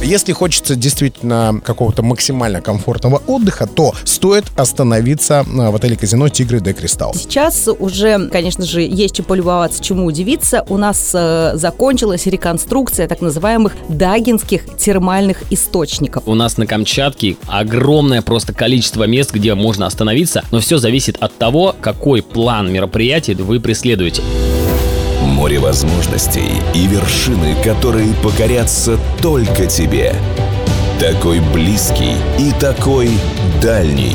Если хочется действительно какого-то максимально комфортного отдыха, то стоит остановиться в отеле-казино «Тигры де Кристалл». Сейчас уже, конечно же, есть чем полюбоваться, чему удивиться. У нас закончилась реконструкция так называемых дагинских термальных источников. У нас на Камчатке огромное просто количество мест, где можно остановиться, но все зависит от того, какой план мероприятий вы преследуете. Море возможностей и вершины, которые покорятся только тебе. Такой близкий и такой дальний.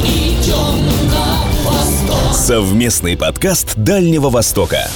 Совместный подкаст Дальнего Востока.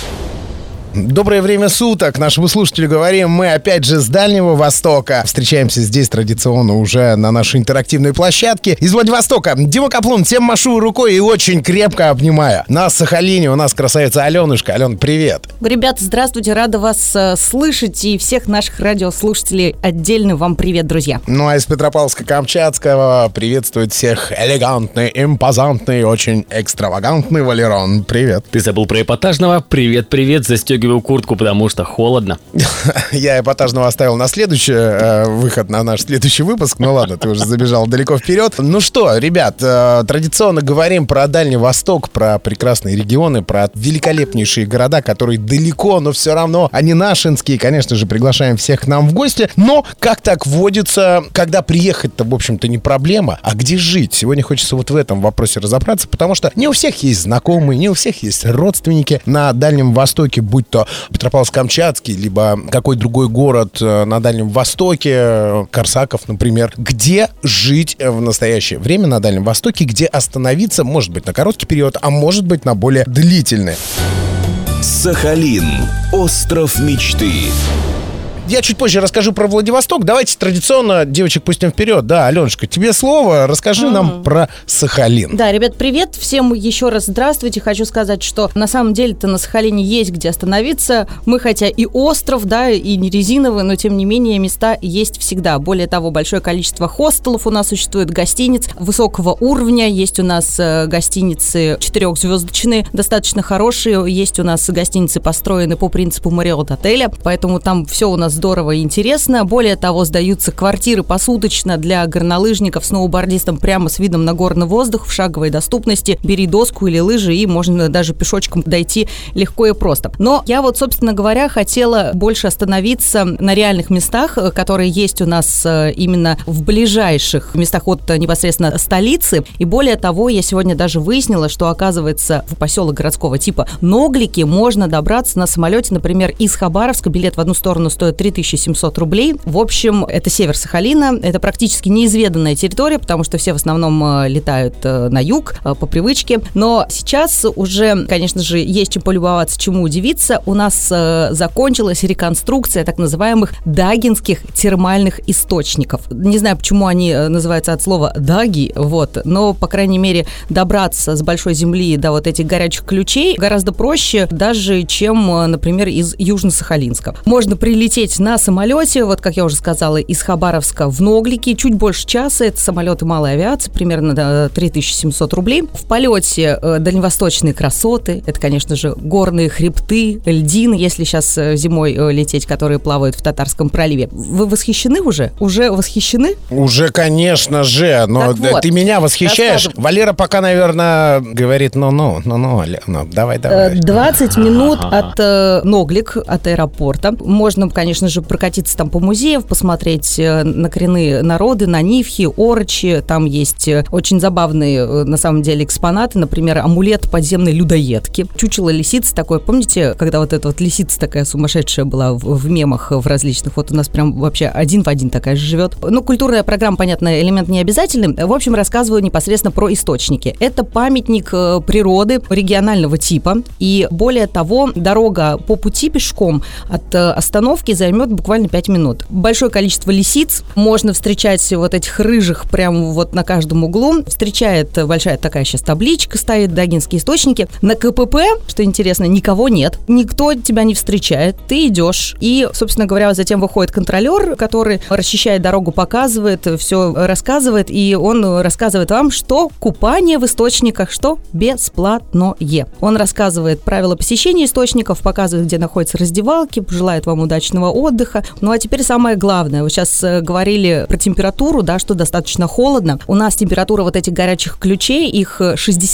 Доброе время суток. Нашему слушателю говорим мы опять же с Дальнего Востока. Встречаемся здесь традиционно уже на нашей интерактивной площадке. Из Владивостока Дима Каплун, всем машу рукой и очень крепко обнимаю. На Сахалине у нас красавица Аленушка. Ален, привет. Ребята, здравствуйте, рада вас слышать и всех наших радиослушателей отдельно вам привет, друзья. Ну а из Петропавловска-Камчатского приветствует всех элегантный, импозантный, очень экстравагантный Валерон. Привет. Ты забыл про эпатажного? Привет, застегиваю куртку, потому что холодно. Я эпатажного оставил на следующий выход, на наш следующий выпуск. Ну ладно, ты уже забежал далеко вперед. Ну что, ребят, традиционно говорим про Дальний Восток, про прекрасные регионы, про великолепнейшие города, которые далеко, но все равно они нашинские. Конечно же, приглашаем всех к нам в гости. Но, как так водится, когда приехать-то, в общем-то, не проблема, а где жить? Сегодня хочется вот в этом вопросе разобраться, потому что не у всех есть знакомые, не у всех есть родственники на Дальнем Востоке, будь то Петропавловск-Камчатский, либо какой другой город на Дальнем Востоке, Корсаков, например. Где жить в настоящее время на Дальнем Востоке, где остановиться, может быть, на короткий период, а может быть, на более длительный. Сахалин. Остров мечты. Я чуть позже расскажу про Владивосток. Давайте традиционно девочек пустим вперед. Да, Аленушка, тебе слово. Расскажи нам про Сахалин. Да, ребят, привет. Всем еще раз здравствуйте. Хочу сказать, что на самом деле-то на Сахалине есть где остановиться. Мы хотя и остров, да, и не резиновый, но тем не менее места есть всегда. Более того, большое количество хостелов у нас существует, гостиниц высокого уровня. Есть у нас гостиницы 4-звездочные, достаточно хорошие. Есть у нас гостиницы, построены по принципу Marriott отеля, поэтому там все у нас здорово и интересно. Более того, сдаются квартиры посуточно для горнолыжников, сноубордистам прямо с видом на горный воздух в шаговой доступности. Бери доску или лыжи, и можно даже пешочком дойти легко и просто. Но я вот, собственно говоря, хотела больше остановиться на реальных местах, которые есть у нас именно в ближайших местах от непосредственно столицы. И более того, я сегодня даже выяснила, что, оказывается, в поселок городского типа Ноглики можно добраться на самолете, например, из Хабаровска. Билет в одну сторону стоит 3700 рублей. В общем, это север Сахалина. Это практически неизведанная территория, потому что все в основном летают на юг по привычке. Но сейчас уже, конечно же, есть чем полюбоваться, чему удивиться. У нас закончилась реконструкция так называемых дагинских термальных источников. Не знаю, почему они называются от слова «даги», вот, но, по крайней мере, добраться с большой земли до вот этих горячих ключей гораздо проще даже, чем, например, из Южно-Сахалинска. Можно прилететь на самолете, вот как я уже сказала, из Хабаровска в Ноглики, чуть больше часа, это самолеты малой авиации, примерно 3700 рублей. В полете дальневосточные красоты, это, конечно же, горные хребты, льдины, если сейчас зимой лететь, которые плавают в Татарском проливе. Вы восхищены уже? Уже восхищены? Уже, конечно же, но вот, ты меня восхищаешь. Валера пока, наверное, говорит, давай. 20 минут от Ноглик, от аэропорта. Можно, конечно же, прокатиться там по музеям, посмотреть на коренные народы, на нивхи, орочи. Там есть очень забавные, на самом деле, экспонаты. Например, амулет подземной людоедки. Чучело лисицы такое. Помните, когда вот эта вот лисица такая сумасшедшая была в мемах в различных? Вот у нас прям вообще один в один такая же живет. Ну, культурная программа, понятно, элемент не обязательный. В общем, рассказываю непосредственно про источники. Это памятник природы регионального типа. И более того, дорога по пути пешком от остановки займет буквально 5 минут. Большое количество лисиц. Можно встречать вот этих рыжих прямо вот на каждом углу. Встречает большая такая сейчас табличка, стоит дагинские источники. На КПП, что интересно, никого нет. Никто тебя не встречает. Ты идешь. И, собственно говоря, затем выходит контролер, который расчищает дорогу, показывает, все рассказывает. И он рассказывает вам, что купание в источниках, что бесплатное. Он рассказывает правила посещения источников, показывает, где находятся раздевалки, желает вам удачного отдыха. Ну а теперь самое главное. Вы сейчас говорили про температуру, да, что достаточно холодно. У нас температура вот этих горячих ключей, их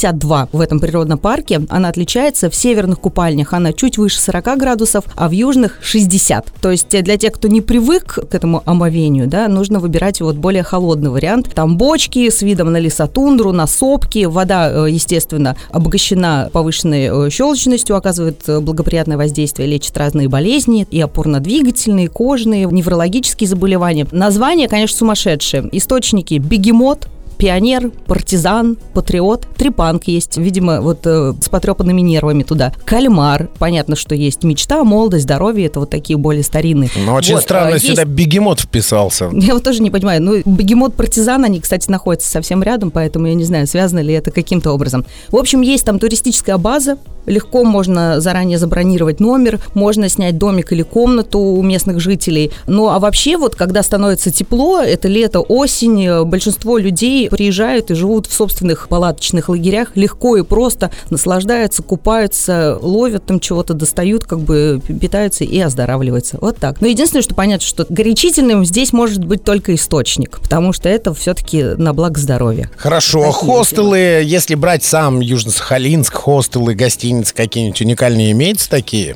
62 в этом природном парке. Она отличается. В северных купальнях она чуть выше 40 градусов, а в южных 60. То есть для тех, кто не привык к этому омовению, да, нужно выбирать вот более холодный вариант. Там бочки с видом на лесотундру, на сопки. Вода, естественно, обогащена повышенной щелочностью, оказывает благоприятное воздействие, лечит разные болезни, и опорно-двигательные, и кожные, неврологические заболевания. Названия, конечно, сумасшедшие. Источники: Бегемот, Пионер, Партизан, Патриот, Трепанг есть, видимо, вот с потрепанными нервами туда. Кальмар, понятно, что есть Мечта, Молодость, Здоровье, это вот такие более старинные. Но очень вот, странно, есть... сюда Бегемот вписался. Я вот тоже не понимаю. Ну, Бегемот, Партизан, они, кстати, находятся совсем рядом, поэтому я не знаю, связано ли это каким-то образом. В общем, есть там туристическая база, легко можно заранее забронировать номер, можно снять домик или комнату у местных жителей. Ну, а вообще, вот, когда становится тепло, это лето, осень, большинство людей приезжают и живут в собственных палаточных лагерях, легко и просто наслаждаются, купаются, ловят там чего-то, достают, как бы питаются и оздоравливаются. Вот так. Но единственное, что понятно, что горячительным здесь может быть только источник, потому что это все-таки на благо здоровья. Хорошо. Такие хостелы, если брать сам Южно-Сахалинск, хостелы, гостиницы какие-нибудь уникальные имеются такие?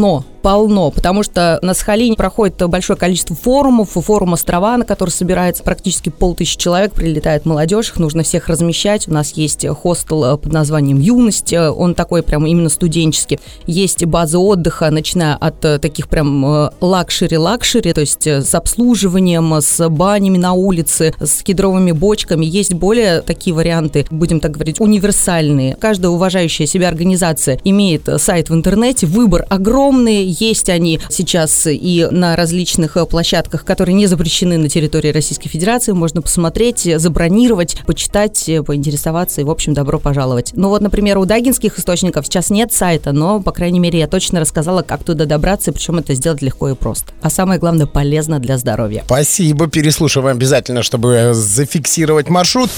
Полно, потому что на Сахалине проходит большое количество форумов, форум «Острова», на который собирается практически 500 человек, прилетает молодежь, их нужно всех размещать. У нас есть хостел под названием «Юность», он такой прям именно студенческий. Есть база отдыха, начиная от таких прям лакшери, то есть с обслуживанием, с банями на улице, с кедровыми бочками. Есть более такие варианты, будем так говорить, универсальные. Каждая уважающая себя организация имеет сайт в интернете, выбор огромный. Есть они сейчас и на различных площадках, которые не запрещены на территории Российской Федерации. Можно посмотреть, забронировать, почитать, поинтересоваться и, в общем, добро пожаловать. Ну вот, например, у дагинских источников сейчас нет сайта, но, по крайней мере, я точно рассказала, как туда добраться, причем это сделать легко и просто. А самое главное, полезно для здоровья. Спасибо, переслушиваем обязательно, чтобы зафиксировать маршрут.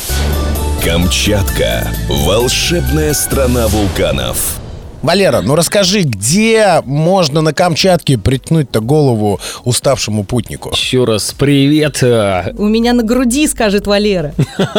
Камчатка. Волшебная страна вулканов. Валера, ну расскажи, где можно на Камчатке приткнуть-то голову уставшему путнику? Еще раз привет. У меня на груди, скажет Валера.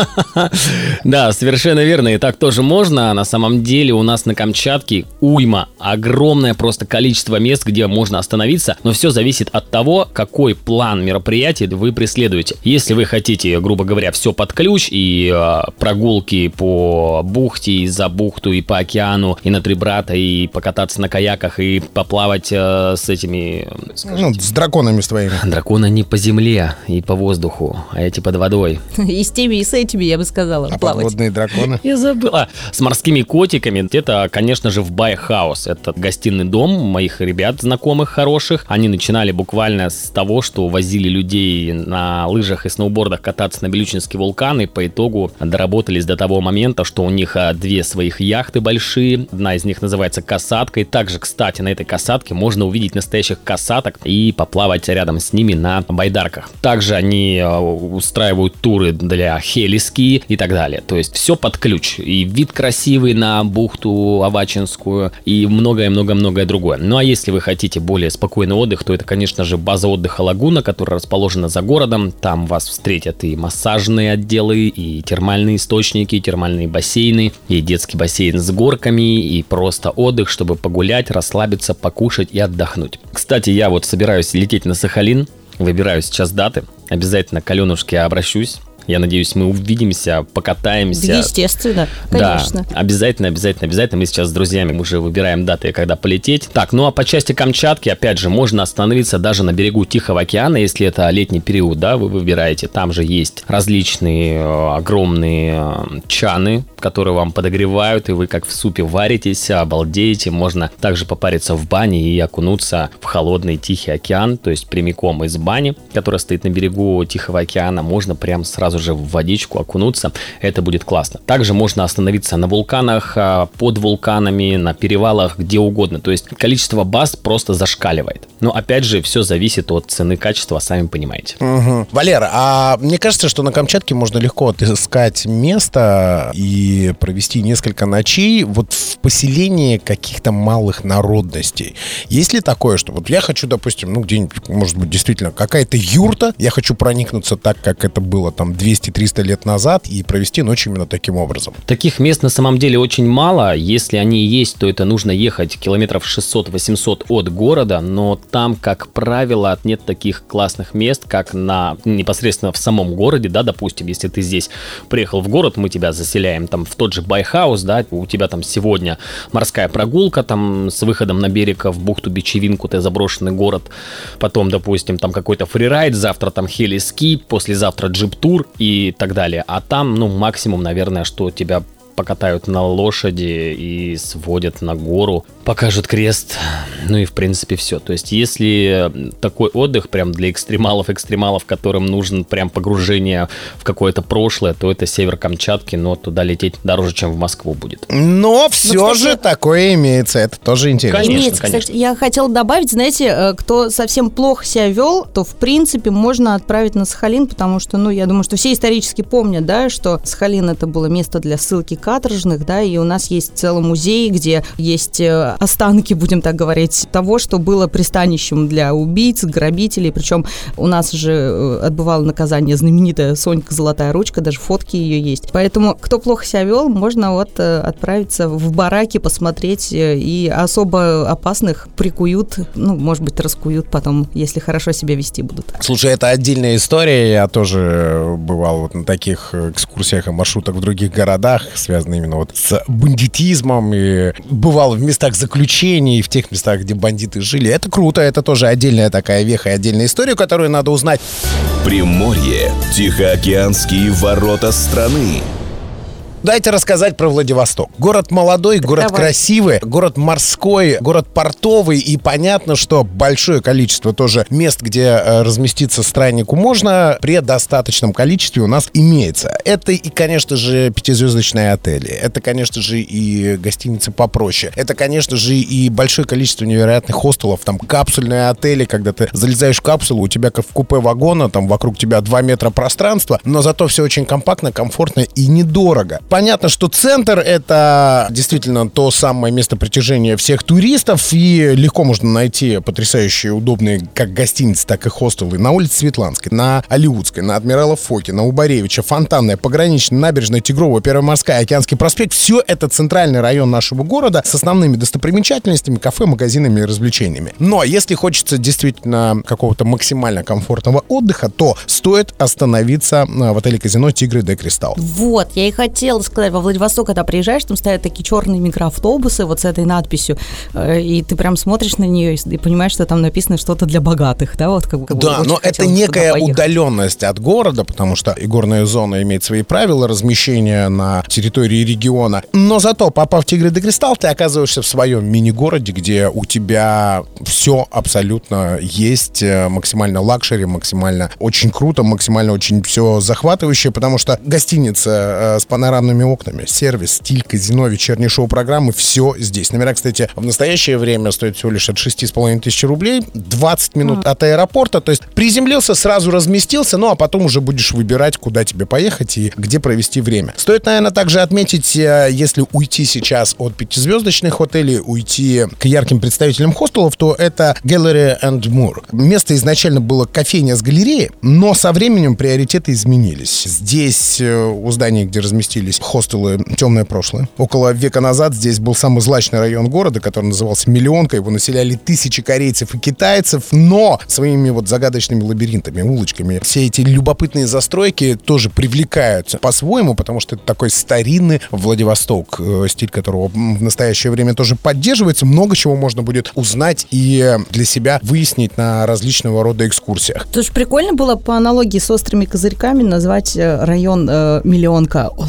Да, совершенно верно, и так тоже можно. На самом деле у нас на Камчатке уйма, огромное просто количество мест, где можно остановиться, но все зависит от того, какой план мероприятий вы преследуете. Если вы хотите, грубо говоря, все под ключ, и прогулки по бухте, и за бухту, и по океану, и на Три Брата, и покататься на каяках, и поплавать с этими... Ну, с драконами с твоими. Драконы не по земле и по воздуху, а эти под водой. И с теми, и с этими, я бы сказала, а плавать. Подводные драконы? Я забыла. С морскими котиками. Это, конечно же, в Бай Хаус. Это гостиный дом моих ребят, знакомых, хороших. Они начинали буквально с того, что возили людей на лыжах и сноубордах кататься на Белючинский вулкан, и по итогу доработались до того момента, что у них 2 своих яхты большие. Одна из них называется касаткой. Также, кстати, на этой касатке можно увидеть настоящих касаток и поплавать рядом с ними на байдарках. Также они устраивают туры для хелиски и так далее. То есть все под ключ. И вид красивый на бухту Авачинскую и многое-многое-многое другое. Ну а если вы хотите более спокойный отдых, то это, конечно же, база отдыха Лагуна, которая расположена за городом. Там вас встретят и массажные отделы, и термальные источники, и термальные бассейны, и детский бассейн с горками, и просто отдых, чтобы погулять, расслабиться, покушать и отдохнуть. Кстати, я вот собираюсь лететь на Сахалин, выбираю сейчас даты, обязательно к Аленушке обращусь. Я надеюсь, мы увидимся, покатаемся. Естественно, конечно. Да, обязательно. Мы сейчас с друзьями уже выбираем даты, когда полететь. Так, ну а по части Камчатки, опять же, можно остановиться даже на берегу Тихого океана, если это летний период, да, вы выбираете. Там же есть различные огромные чаны, которые вам подогревают, и вы как в супе варитесь, обалдеете. Можно также попариться в бане и окунуться в холодный Тихий океан, то есть прямиком из бани, которая стоит на берегу Тихого океана, можно прям сразу же в водичку окунуться. Это будет классно. Также можно остановиться на вулканах, под вулканами, на перевалах, где угодно. То есть количество баз просто зашкаливает. Но опять же, все зависит от цены, качества, сами понимаете. Угу. Валера, а мне кажется, что на Камчатке можно легко отыскать место и провести несколько ночей вот в поселении каких-то малых народностей. Есть ли такое, что вот я хочу, допустим, где-нибудь, может быть, действительно какая-то юрта, я хочу проникнуться так, как это было там 200-300 лет назад, и провести ночь именно таким образом? Таких мест на самом деле очень мало. Если они есть, то это нужно ехать километров 600-800 от города, но там, как правило, нет таких классных мест, как непосредственно в самом городе, да, допустим, если ты здесь приехал в город, мы тебя заселяем там в тот же байхаус, да, у тебя там сегодня морская прогулка там с выходом на берег в бухту-бичевинку, ты заброшенный город, потом, допустим, там какой-то фрирайд, завтра там хели-ски, послезавтра джип-тур и так далее, а там, максимум, наверное, что тебя покатают на лошади и сводят на гору, покажут крест, и в принципе все. То есть если такой отдых прям для экстремалов, которым нужен прям погружение в какое-то прошлое, то это север Камчатки, но туда лететь дороже, чем в Москву будет. Но все же такое имеется, это тоже интересно. Конечно. Кстати, я хотела добавить, знаете, кто совсем плохо себя вел, то в принципе можно отправить на Сахалин, потому что, я думаю, что все исторически помнят, да, что Сахалин это было место для ссылки каторжных, да, и у нас есть целый музей, где есть останки, будем так говорить, того, что было пристанищем для убийц, грабителей, причем у нас же отбывало наказание знаменитая Сонька Золотая Ручка, даже фотки ее есть. Поэтому, кто плохо себя вел, можно отправиться в бараки, посмотреть, и особо опасных прикуют, может быть, раскуют потом, если хорошо себя вести будут. Слушай, это отдельная история, я тоже бывал на таких экскурсиях и маршрутах в других городах, связанных именно с бандитизмом, и бывал в местах заключений, в тех местах, где бандиты жили. Это круто, это тоже отдельная такая веха и отдельная история, которую надо узнать. Приморье. Тихоокеанские ворота страны. Дайте рассказать про Владивосток. Город молодой, город красивый, город морской, город портовый. И понятно, что большое количество тоже мест, где разместиться страннику можно, при достаточном количестве у нас имеется. Это и, конечно же, пятизвездочные отели. Это, конечно же, и гостиницы попроще. Это, конечно же, и большое количество невероятных хостелов. Там капсульные отели, когда ты залезаешь в капсулу, у тебя как в купе вагона, там вокруг тебя 2 метра пространства, но зато все очень компактно, комфортно и недорого. Понятно, что центр — это действительно то самое место притяжения всех туристов, и легко можно найти потрясающие, удобные как гостиницы, так и хостелы на улице Светланской, на Алиутской, на Адмирала Фоки, на Убаревича, Фонтанная, Пограничная, Набережная, Тигровая, Первоморская, Океанский проспект. Все это центральный район нашего города с основными достопримечательностями, кафе, магазинами и развлечениями. Но если хочется действительно какого-то максимально комфортного отдыха, то стоит остановиться в отеле-казино «Тигры де Кристалл». Вот, я и хотела сказать, во Владивосток, когда приезжаешь, там стоят такие черные микроавтобусы с этой надписью, и ты прям смотришь на нее и понимаешь, что там написано что-то для богатых, да? Да, но это некая удаленность от города, потому что и горная зона имеет свои правила размещения на территории региона. Но зато, попав в Тигры де Кристалл, ты оказываешься в своем мини-городе, где у тебя все абсолютно есть, максимально лакшери, максимально очень круто, максимально очень все захватывающее, потому что гостиница с панорамными окнами, сервис, стиль, казино, вечерние шоу-программы, все здесь. Номера, кстати, в настоящее время стоят всего лишь от 6500 рублей, 20 минут от аэропорта, то есть приземлился, сразу разместился, а потом уже будешь выбирать, куда тебе поехать и где провести время. Стоит, наверное, также отметить, если уйти сейчас от пятизвездочных отелей, уйти к ярким представителям хостелов, то это Gallery and More. Место изначально было кофейня с галереей, но со временем приоритеты изменились. Здесь у здания, где разместились хостелы «Темное прошлое». Около века назад здесь был самый злачный район города, который назывался Миллионка. Его населяли тысячи корейцев и китайцев, но своими загадочными лабиринтами, улочками. Все эти любопытные застройки тоже привлекают по-своему, потому что это такой старинный Владивосток, стиль которого в настоящее время тоже поддерживается. Много чего можно будет узнать и для себя выяснить на различного рода экскурсиях. То есть прикольно было по аналогии с острыми козырьками назвать район Миллионка «Острые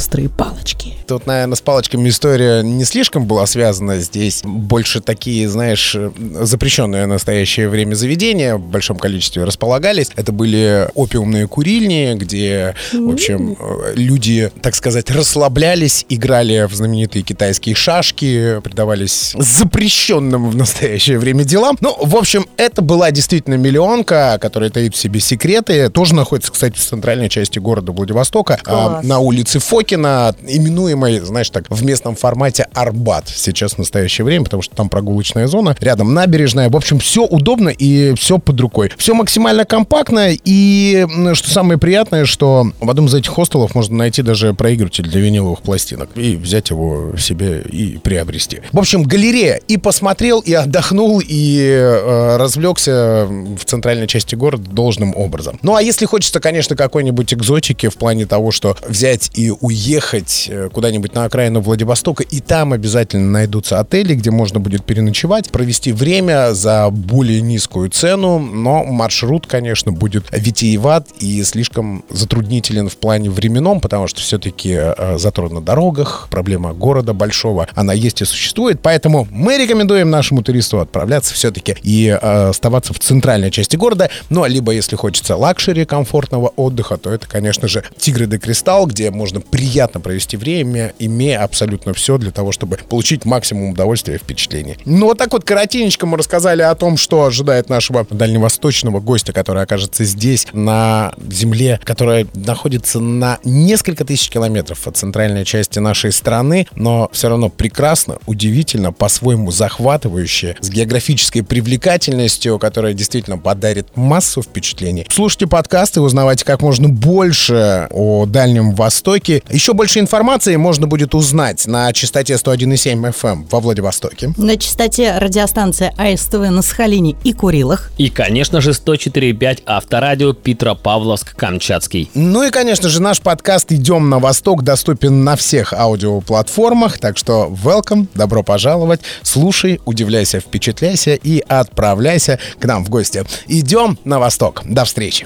палочки. Тут, наверное, с палочками история не слишком была связана. Здесь больше такие, знаешь, запрещенные в настоящее время заведения в большом количестве располагались. Это были опиумные курильни, где, в общем, люди, так сказать, расслаблялись, играли в знаменитые китайские шашки, предавались запрещенным в настоящее время делам. Ну, в общем, это была действительно миллионка, которая таит в себе секреты. Тоже находится, кстати, в центральной части города Владивостока, на улице Фокина, именуемой, знаешь, так, в местном формате Арбат сейчас в настоящее время, потому что там прогулочная зона, рядом набережная. В общем, все удобно и все под рукой. Все максимально компактно, и что самое приятное, что в одном из этих хостелов можно найти даже проигрыватель для виниловых пластинок и взять его себе и приобрести. В общем, галерея. И посмотрел, и отдохнул, и развлекся в центральной части города должным образом. Ну, а если хочется, конечно, какой-нибудь экзотики в плане того, что взять и уехать куда-нибудь на окраину Владивостока, и там обязательно найдутся отели, где можно будет переночевать, провести время за более низкую цену, но маршрут, конечно, будет витиеват и слишком затруднителен в плане временном, потому что все-таки затрат на дорогах, проблема города большого, она есть и существует, поэтому мы рекомендуем нашему туристу отправляться все-таки и оставаться в центральной части города, ну, либо, если хочется лакшери, комфортного отдыха, то это, конечно же, Тигры де Кристалл, где можно приятно провести время, имея абсолютно все для того, чтобы получить максимум удовольствия и впечатлений. Ну, вот так вот коротенечко мы рассказали о том, что ожидает нашего дальневосточного гостя, который окажется здесь, на земле, которая находится на несколько тысяч километров от центральной части нашей страны, но все равно прекрасно, удивительно, по-своему захватывающе, с географической привлекательностью, которая действительно подарит массу впечатлений. Слушайте подкасты, узнавайте как можно больше о Дальнем Востоке. Еще больше информации можно будет узнать на частоте 101,7 FM во Владивостоке. На частоте радиостанции АСТВ на Сахалине и Курилах. И, конечно же, 104,5 Авторадио Петропавловск-Камчатский. Ну и, конечно же, наш подкаст «Идем на Восток» доступен на всех аудиоплатформах, так что welcome, добро пожаловать, слушай, удивляйся, впечатляйся и отправляйся к нам в гости. Идем на Восток. До встречи.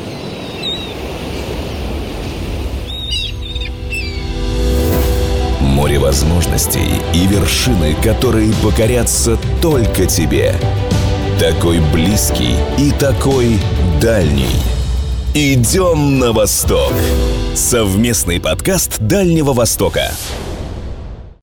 Море возможностей и вершины, которые покорятся только тебе. Такой близкий и такой дальний. «Идем на Восток» — совместный подкаст Дальнего Востока.